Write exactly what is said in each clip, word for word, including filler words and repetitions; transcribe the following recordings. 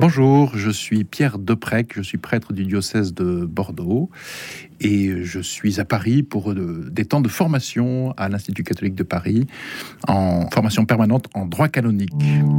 Bonjour, je suis Pierre Deprec, je suis prêtre du diocèse de Bordeaux et je suis à Paris pour de, des temps de formation à l'Institut catholique de Paris, en formation permanente en droit canonique.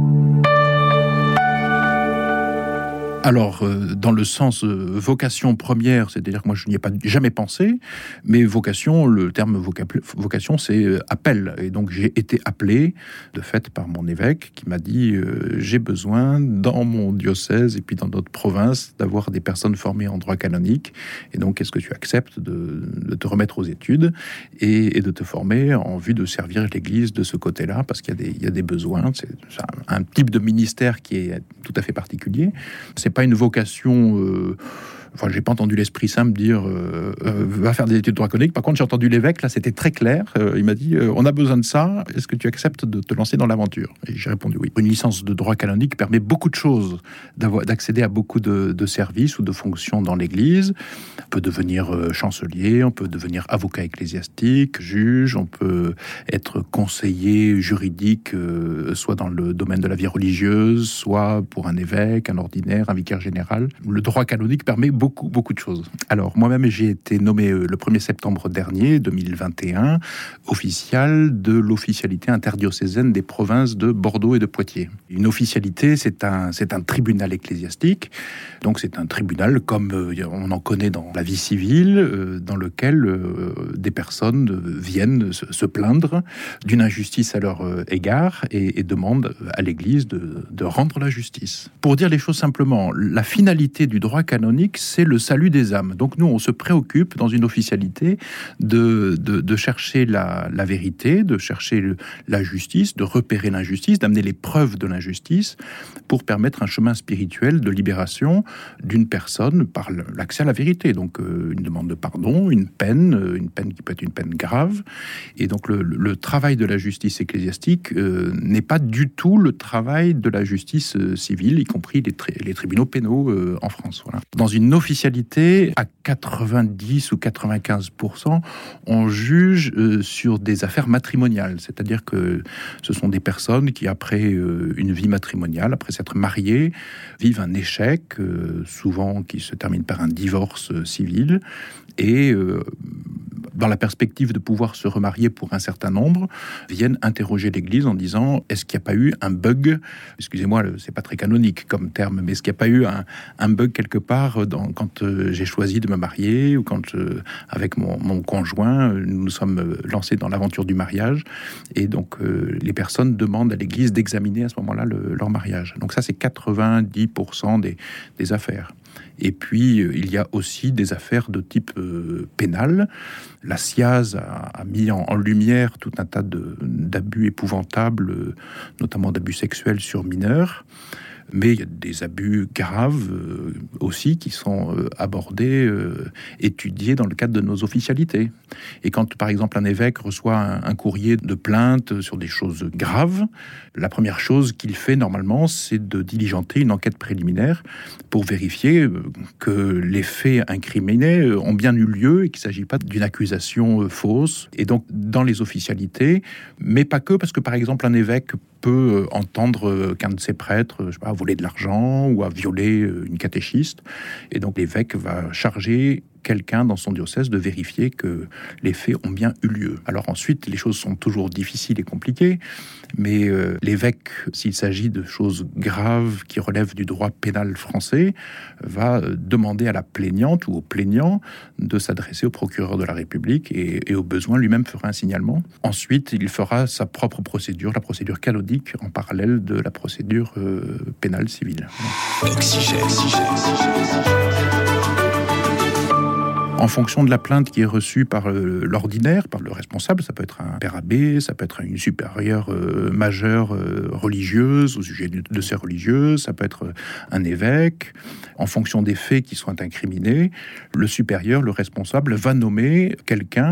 Alors, euh, dans le sens euh, vocation première, c'est-à-dire que moi je n'y ai pas jamais pensé, mais vocation, le terme voca- vocation, c'est euh, appel. Et donc j'ai été appelé, de fait, par mon évêque, qui m'a dit euh, j'ai besoin, dans mon diocèse et puis dans notre province, d'avoir des personnes formées en droit canonique. Et donc, est-ce que tu acceptes de, de te remettre aux études et, et de te former en vue de servir l'Église de ce côté-là, parce qu'il y a des, il y a des besoins. C'est, c'est un, un type de ministère qui est tout à fait particulier. C'est pas une vocation. Euh, enfin, j'ai pas entendu l'Esprit Saint me dire euh, euh, va faire des études de droit canonique. Par contre, j'ai entendu l'évêque. Là, c'était très clair. Euh, il m'a dit euh, on a besoin de ça. Est-ce que tu acceptes de te lancer dans l'aventure? Et j'ai répondu oui. Une licence de droit canonique permet beaucoup de choses, d'avoir, d'accéder à beaucoup de, de services ou de fonctions dans l'Église. On peut devenir euh, chancelier, on peut devenir avocat ecclésiastique, juge, on peut être conseiller juridique, euh, soit dans le domaine de la vie religieuse, soit pour un évêque, un ordinaire, un vicaire général. Le droit canonique permet beaucoup, beaucoup de choses. Alors, moi-même, j'ai été nommé euh, le premier septembre dernier, deux mille vingt et un, official de l'officialité interdiocésaine des provinces de Bordeaux et de Poitiers. Une officialité, c'est un, c'est un tribunal ecclésiastique. Donc, c'est un tribunal comme euh, on en connaît dans la vie civile, euh, dans lequel euh, des personnes euh, viennent se, se plaindre d'une injustice à leur euh, égard et, et demandent à l'Église de, de rendre la justice. Pour dire les choses simplement, la finalité du droit canonique, c'est le salut des âmes. Donc nous, on se préoccupe dans une officialité de, de, de chercher la, la vérité, de chercher le, la justice, de repérer l'injustice, d'amener les preuves de l'injustice pour permettre un chemin spirituel de libération d'une personne par l'accès à la vérité. Donc euh, une demande de pardon, une peine, euh, une peine qui peut être une peine grave. Et donc le, le travail de la justice ecclésiastique euh, n'est pas du tout le travail de la justice euh, civile, y compris les, tri- les tribunaux pénaux euh, en France. Voilà. Dans une officialité, à quatre-vingt-dix ou quatre-vingt-quinze pour cent, on juge euh, sur des affaires matrimoniales. C'est-à-dire que ce sont des personnes qui, après euh, une vie matrimoniale, après s'être mariées, vivent un échec, euh, souvent qui se termine par un divorce euh, civil, et euh, dans la perspective de pouvoir se remarier pour un certain nombre, viennent interroger l'Église en disant est-ce qu'il n'y a pas eu un bug, excusez-moi, c'est pas très canonique comme terme, mais est-ce qu'il n'y a pas eu un, un bug quelque part dans, quand euh, j'ai choisi de me marier ou quand, euh, avec mon, mon conjoint, nous nous sommes lancés dans l'aventure du mariage, et donc euh, les personnes demandent à l'Église d'examiner à ce moment-là le, leur mariage. Donc ça, c'est quatre-vingt-dix pour cent des, des affaires. Et puis, euh, il y a aussi des affaires de type euh, pénal. La S I A Z a, a mis en, en lumière tout un tas de, d'abus épouvantables, euh, notamment d'abus sexuels sur mineurs. Mais il y a des abus graves euh, aussi qui sont euh, abordés, euh, étudiés dans le cadre de nos officialités. Et quand, par exemple, un évêque reçoit un, un courrier de plainte sur des choses graves, la première chose qu'il fait normalement, c'est de diligenter une enquête préliminaire pour vérifier euh, que les faits incriminés euh, ont bien eu lieu et qu'il ne s'agit pas d'une accusation euh, fausse. Et donc, dans les officialités, mais pas que, parce que, par exemple, un évêque peut entendre qu'un de ses prêtres, je sais pas, a volé de l'argent ou a violé une catéchiste. Et donc l'évêque va charger quelqu'un dans son diocèse de vérifier que les faits ont bien eu lieu. Alors ensuite, les choses sont toujours difficiles et compliquées, mais euh, l'évêque, s'il s'agit de choses graves qui relèvent du droit pénal français, va demander à la plaignante ou au plaignant de s'adresser au procureur de la République et, et au besoin, lui-même fera un signalement. Ensuite, il fera sa propre procédure, la procédure canonique, en parallèle de la procédure euh, pénale civile. Oxygène, oxygène, oxygène. En fonction de la plainte qui est reçue par euh, l'ordinaire, par le responsable, ça peut être un père abbé, ça peut être une supérieure euh, majeure euh, religieuse au sujet de, de ces religieuses, ça peut être euh, un évêque. En fonction des faits qui sont incriminés, le supérieur, le responsable, va nommer quelqu'un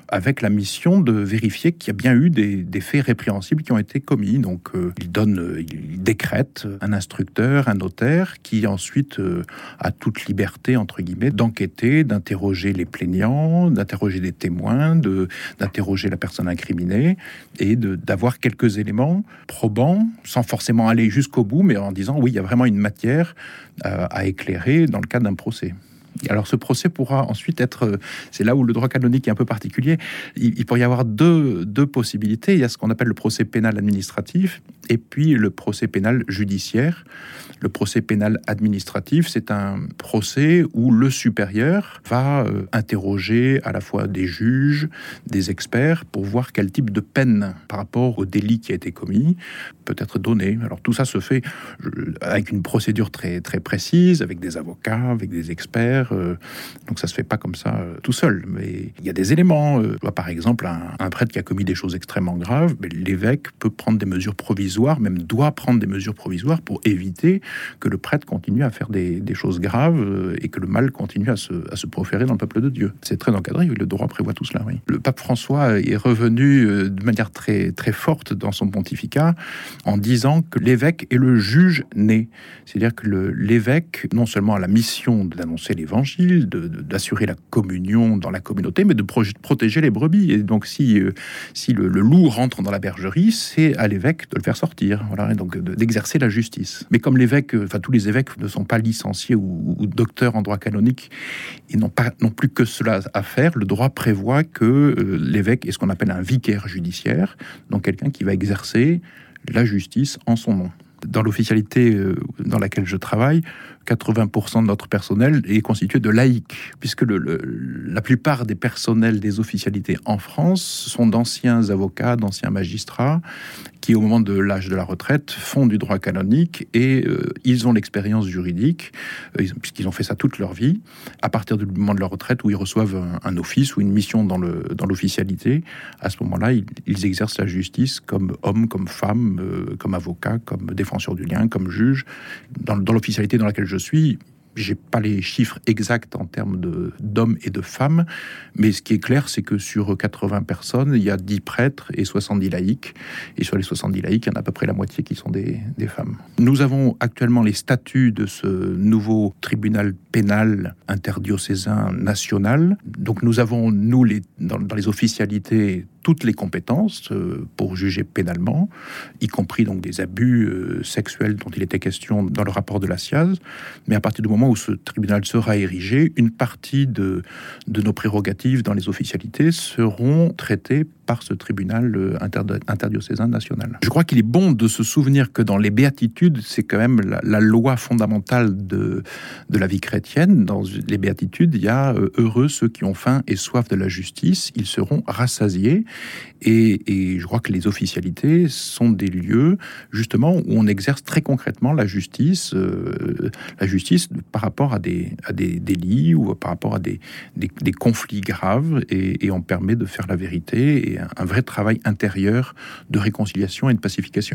avec la mission de vérifier qu'il y a bien eu des, des faits répréhensibles qui ont été commis. Donc, euh, il donne, euh, il décrète un instructeur, un notaire, qui ensuite euh, a toute liberté, entre guillemets, d'enquêter, d'interroger les plaignants, d'interroger des témoins, de, d'interroger la personne incriminée et de, d'avoir quelques éléments probants, sans forcément aller jusqu'au bout, mais en disant, oui, il y a vraiment une matière euh, à éclairer dans le cadre d'un procès. Alors ce procès pourra ensuite être, c'est là où le droit canonique est un peu particulier, il, il pourrait y avoir deux, deux possibilités. Il y a ce qu'on appelle le procès pénal administratif et puis le procès pénal judiciaire. Le procès pénal administratif, c'est un procès où le supérieur va euh, interroger à la fois des juges, des experts, pour voir quel type de peine par rapport au délit qui a été commis peut être donné. Alors tout ça se fait euh, avec une procédure très, très précise, avec des avocats, avec des experts. Euh, donc ça se fait pas comme ça euh, tout seul. Mais il y a des éléments. Euh, par exemple, un, un prêtre qui a commis des choses extrêmement graves, mais l'évêque peut prendre des mesures provisoires, même doit prendre des mesures provisoires pour éviter que le prêtre continue à faire des, des choses graves euh, et que le mal continue à se, à se proférer dans le peuple de Dieu. C'est très encadré, oui, le droit prévoit tout cela. Oui. Le pape François est revenu euh, de manière très, très forte dans son pontificat en disant que l'évêque est le juge né. C'est-à-dire que le, l'évêque, non seulement a la mission d'annoncer l'évangile, de, de, d'assurer la communion dans la communauté, mais de pro- protéger les brebis. Et donc si, euh, si le, le loup rentre dans la bergerie, c'est à l'évêque de le faire sortir. Voilà, et donc de, d'exercer la justice. Mais comme l'évêque, enfin tous les évêques ne sont pas licenciés ou, ou docteurs en droit canonique, ils n'ont pas non plus que cela à faire. Le droit prévoit que euh, l'évêque est ce qu'on appelle un vicaire judiciaire, donc quelqu'un qui va exercer la justice en son nom. Dans l'officialité euh, dans laquelle je travaille, quatre-vingts pour cent de notre personnel est constitué de laïcs, puisque le, le, la plupart des personnels des officialités en France sont d'anciens avocats, d'anciens magistrats, qui au moment de l'âge de la retraite font du droit canonique et euh, ils ont l'expérience juridique, euh, puisqu'ils ont fait ça toute leur vie, à partir du moment de leur retraite où ils reçoivent un, un office ou une mission dans, le, dans l'officialité. À ce moment-là, ils, ils exercent la justice comme hommes, comme femmes, euh, comme avocats, comme défenseurs du lien, comme juges. Dans, dans l'officialité dans laquelle je suis, j'ai pas les chiffres exacts en termes de, d'hommes et de femmes, mais ce qui est clair, c'est que sur quatre-vingts personnes, il y a dix prêtres et soixante-dix laïcs. Et sur les soixante-dix laïcs, il y en a à peu près la moitié qui sont des, des femmes. Nous avons actuellement les statuts de ce nouveau tribunal pénal interdiocésain national. Donc nous avons, nous, les, dans, dans les officialités, toutes les compétences euh, pour juger pénalement, y compris donc des abus euh, sexuels dont il était question dans le rapport de la S I A Z. Mais à partir du moment où ce tribunal sera érigé, une partie de, de nos prérogatives dans les officialités seront traitées par ce tribunal euh, inter, interdiocésain national. Je crois qu'il est bon de se souvenir que dans les béatitudes, c'est quand même la, la loi fondamentale de, de la vie chrétienne. Dans les béatitudes, il y a euh, « Heureux ceux qui ont faim et soif de la justice, ils seront rassasiés ». Et, et je crois que les officialités sont des lieux, justement, où on exerce très concrètement la justice, euh, la justice par rapport à des, à des délits ou par rapport à des, des, des conflits graves, et, et on permet de faire la vérité et un, un vrai travail intérieur de réconciliation et de pacification.